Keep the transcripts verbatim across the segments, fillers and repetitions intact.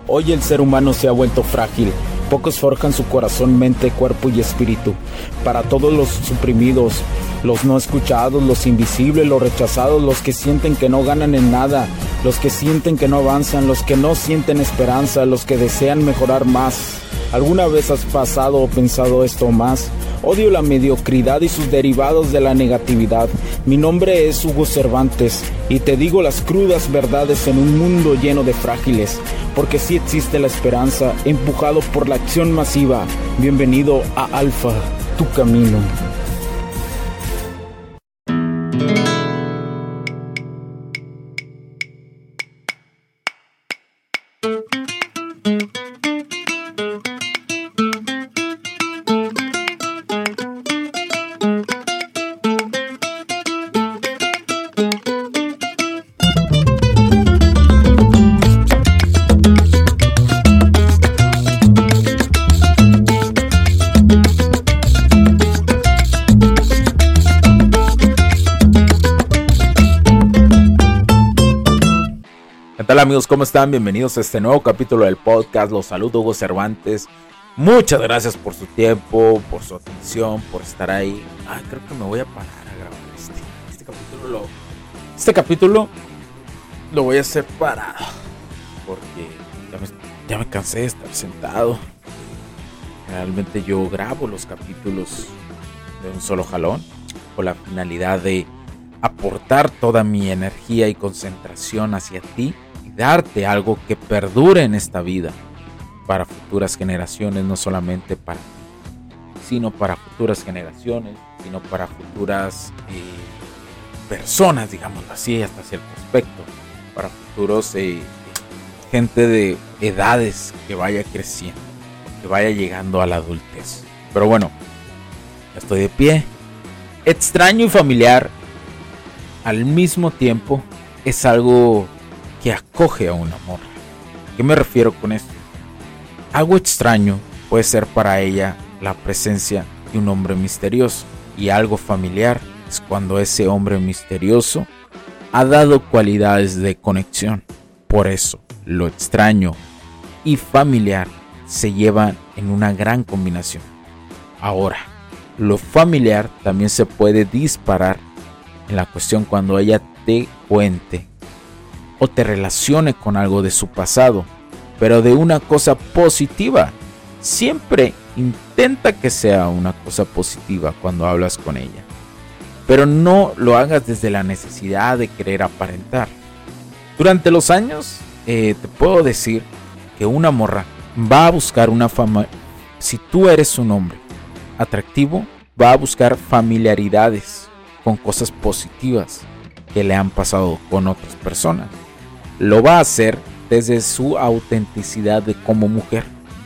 Hoy el ser humano se ha vuelto frágil. Pocos forjan su corazón, mente, cuerpo y espíritu. Para todos los suprimidos, los no escuchados, los invisibles, los rechazados, los que sienten que no ganan en nada, los que sienten que no avanzan, los que no sienten esperanza, los que desean mejorar más. ¿Alguna vez has pasado o pensado esto más? Odio la mediocridad y sus derivados de la negatividad. Mi nombre es Hugo Cervantes y te digo las crudas verdades en un mundo lleno de frágiles, porque sí existe la esperanza, empujado por la acción masiva. Bienvenido a Alfa, tu camino. Hola amigos, ¿cómo están? Bienvenidos a este nuevo capítulo del podcast. Los saludo, Hugo Cervantes. Muchas gracias por su tiempo, por su atención, por estar ahí. Ah, creo que me voy a parar a grabar este, este capítulo. Lo, este capítulo lo voy a hacer parado, porque ya me, ya me cansé de estar sentado. Realmente yo grabo los capítulos de un solo jalón, con la finalidad de aportar toda mi energía y concentración hacia ti, darte algo que perdure en esta vida para futuras generaciones, no solamente para ti, sino para futuras generaciones, sino para futuras eh, personas, digámoslo así, hasta cierto aspecto, para futuros eh, gente de edades que vaya creciendo, que vaya llegando a la adultez. Pero bueno, ya estoy de pie. Extraño y familiar al mismo tiempo es algo que acoge a un amor. ¿Qué me refiero con esto? Algo extraño puede ser para ella la presencia de un hombre misterioso, y algo familiar es cuando ese hombre misterioso ha dado cualidades de conexión. Por eso, lo extraño y familiar se llevan en una gran combinación. Ahora, lo familiar también se puede disparar en la cuestión cuando ella te cuente o te relacione con algo de su pasado, pero de una cosa positiva. Siempre intenta que sea una cosa positiva cuando hablas con ella, pero no lo hagas desde la necesidad de querer aparentar. Durante los años, eh, te puedo decir que una morra va a buscar una fama. Si tú eres un hombre atractivo, va a buscar familiaridades con cosas positivas que le han pasado con otras personas. Lo va a hacer desde su autenticidad de como mujer.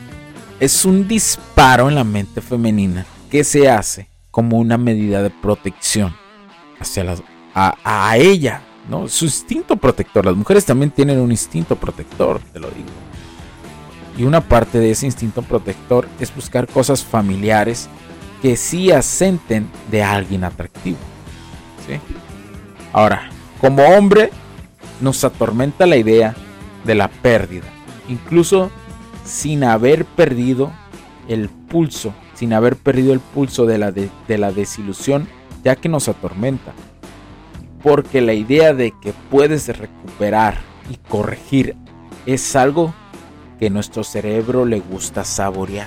Es un disparo en la mente femenina que se hace como una medida de protección hacia las, a, a ella, ¿no? Su instinto protector. Las mujeres también tienen un instinto protector, te lo digo. Y una parte de ese instinto protector es buscar cosas familiares que sí asenten de alguien atractivo, ¿sí? Ahora, como hombre, nos atormenta la idea de la pérdida, incluso sin haber perdido el pulso, sin haber perdido el pulso de la, de, de la desilusión, ya que nos atormenta, porque la idea de que puedes recuperar y corregir es algo que nuestro cerebro le gusta saborear.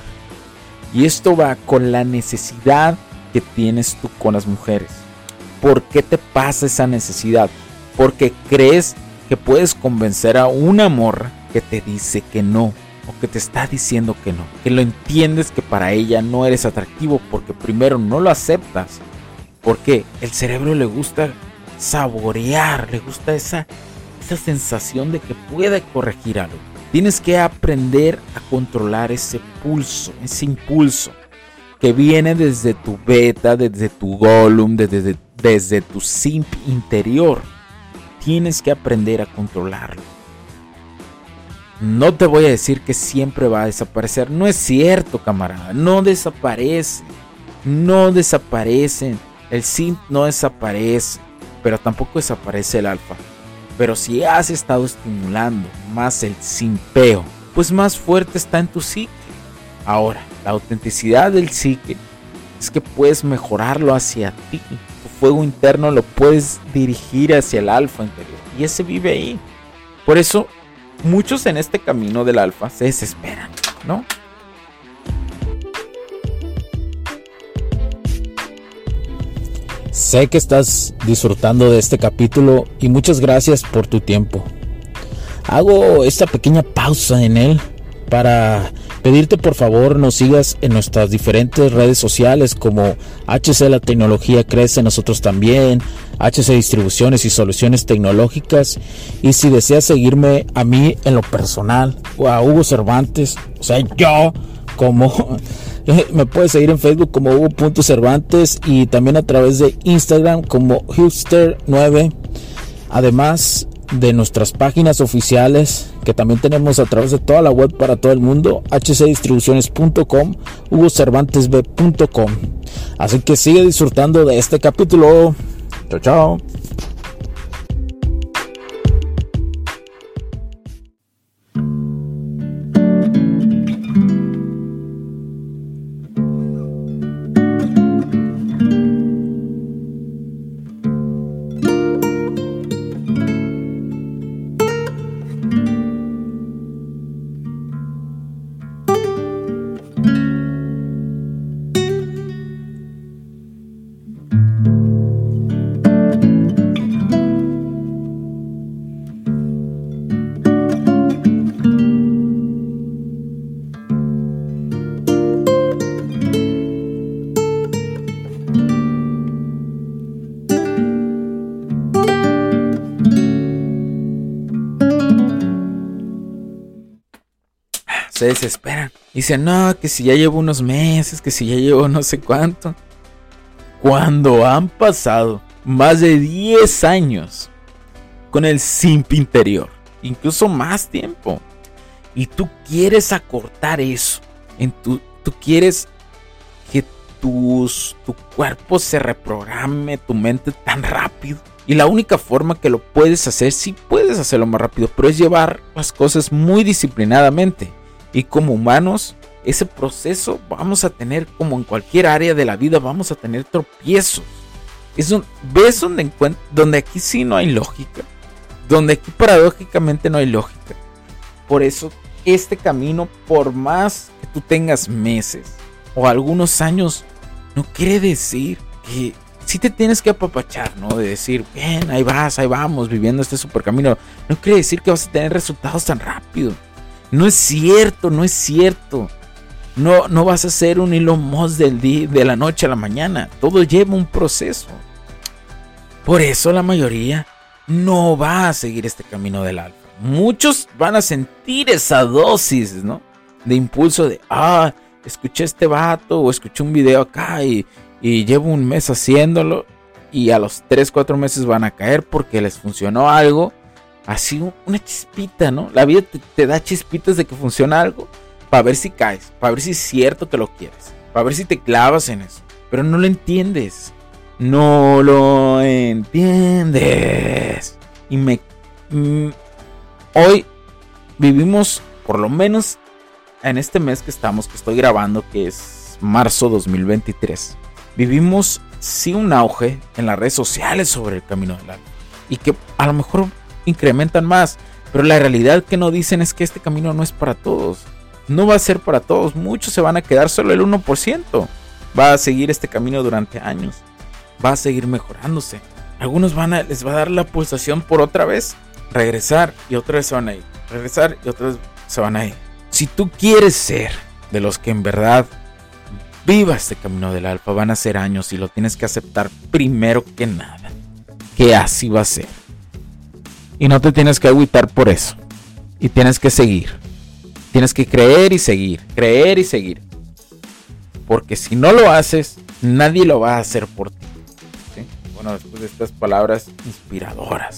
Y esto va con la necesidad que tienes tú con las mujeres. ¿Por qué te pasa esa necesidad? Porque crees que puedes convencer a una morra que te dice que no, o que te está diciendo que no, que lo entiendes que para ella no eres atractivo, porque primero no lo aceptas, porque el cerebro le gusta saborear, le gusta esa, esa sensación de que puede corregir algo. Tienes que aprender a controlar ese pulso, ese impulso que viene desde tu beta, desde tu Gollum, desde, desde tu simp interior. Tienes que aprender a controlarlo. No te voy a decir que siempre va a desaparecer. No es cierto, camarada. No desaparece. No desaparecen. El simp no desaparece. Pero tampoco desaparece el alfa. Pero si has estado estimulando más el simpeo pues más fuerte está en tu psique. Ahora, la autenticidad del psique es que puedes mejorarlo hacia ti. Tu fuego interno lo puedes dirigir hacia el alfa interior. Y ese vive ahí. Por eso, muchos en este camino del alfa se desesperan, ¿no? Sé que estás disfrutando de este capítulo y muchas gracias por tu tiempo. Hago esta pequeña pausa en él para pedirte por favor nos sigas en nuestras diferentes redes sociales como H C La Tecnología Crece, nosotros también, H C Distribuciones y Soluciones Tecnológicas. Y si deseas seguirme a mí en lo personal o a Hugo Cervantes, o sea yo como... me puedes seguir en Facebook como Hugo punto Cervantes y también a través de Instagram como Hipster nueve. Además de nuestras páginas oficiales que también tenemos a través de toda la web para todo el mundo, H C distribuciones punto com, hugo cervantes b punto com. Así que sigue disfrutando de este capítulo. Chao, chao. Se desesperan. Dicen, no, que si ya llevo unos meses, que si ya llevo no sé cuánto. Cuando han pasado más de diez años con el simp interior, incluso más tiempo, y tú quieres acortar eso, en tu, tú quieres que tus, tu cuerpo se reprograme, tu mente tan rápido. Y la única forma que lo puedes hacer, sí puedes hacerlo más rápido, pero es llevar las cosas muy disciplinadamente. Y como humanos, ese proceso vamos a tener, como en cualquier área de la vida, vamos a tener tropiezos. Es un, ¿ves donde, encuent- donde aquí sí no hay lógica? Donde aquí paradójicamente no hay lógica. Por eso, este camino, por más que tú tengas meses o algunos años, no quiere decir que sí te tienes que apapachar, ¿no? De decir, bien, ahí vas, ahí vamos, viviendo este supercamino. No quiere decir que vas a tener resultados tan rápido. No es cierto, no es cierto. No, no vas a ser un Elon Musk del día, de la noche a la mañana. Todo lleva un proceso. Por eso la mayoría no va a seguir este camino del alfa. Muchos van a sentir esa dosis, ¿no? De impulso de, ah, escuché este vato o escuché un video acá y, y llevo un mes haciéndolo. Y a los tres, cuatro meses van a caer porque les funcionó algo. Así una chispita, ¿no? La vida te, te da chispitas de que funciona algo para ver si caes, para ver si es cierto que lo quieres, para ver si te clavas en eso. Pero no lo entiendes. No lo entiendes. Y me... Mm, hoy vivimos, por lo menos en este mes que estamos, que estoy grabando, que es marzo dos mil veintitrés. Vivimos, sí, un auge en las redes sociales sobre el camino del alma. Y que a lo mejor incrementan más, pero la realidad que no dicen es que este camino no es para todos. No va a ser para todos. Muchos se van a quedar, solo el uno por ciento va a seguir este camino durante años, va a seguir mejorándose. Algunos van a, les va a dar la pulsación por otra vez regresar y otra vez se van a ir, regresar y otra vez se van a ir. Si tú quieres ser de los que en verdad viva este camino del alfa, van a ser años y lo tienes que aceptar primero que nada, que así va a ser. Y no te tienes que agüitar por eso. Y tienes que seguir. Tienes que creer y seguir. Creer y seguir. Porque si no lo haces, nadie lo va a hacer por ti. ¿Sí? Bueno, después de estas palabras inspiradoras.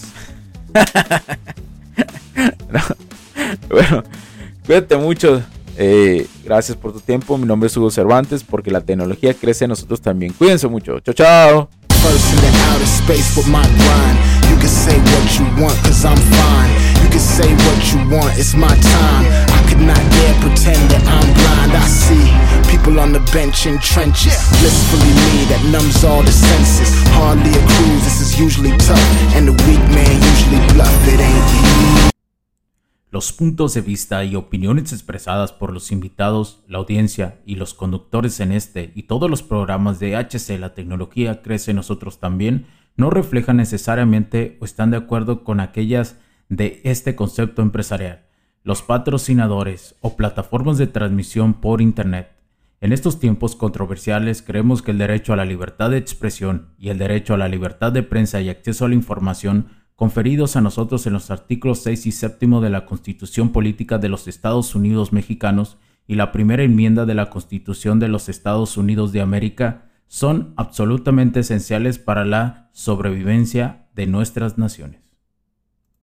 No. Bueno, cuídate mucho. Eh, gracias por tu tiempo. Mi nombre es Hugo Cervantes. Porque la tecnología crece en nosotros también. Cuídense mucho. Chao, chao. First in the outer space with my grind. You can say what you want, cause I'm fine. You can say what you want, it's my time. I could not dare pretend that I'm blind. I see people on the bench in trenches, blissfully me that numbs all the senses. Hardly a cruise, this is usually tough, and the weak man usually bluff. It ain't easy. Los puntos de vista y opiniones expresadas por los invitados, la audiencia y los conductores en este y todos los programas de H C La Tecnología Crece en Nosotros También no reflejan necesariamente o están de acuerdo con aquellas de este concepto empresarial, los patrocinadores o plataformas de transmisión por Internet. En estos tiempos controversiales creemos que el derecho a la libertad de expresión y el derecho a la libertad de prensa y acceso a la información conferidos a nosotros en los artículos seis y séptimo de la Constitución Política de los Estados Unidos Mexicanos y la primera enmienda de la Constitución de los Estados Unidos de América son absolutamente esenciales para la sobrevivencia de nuestras naciones.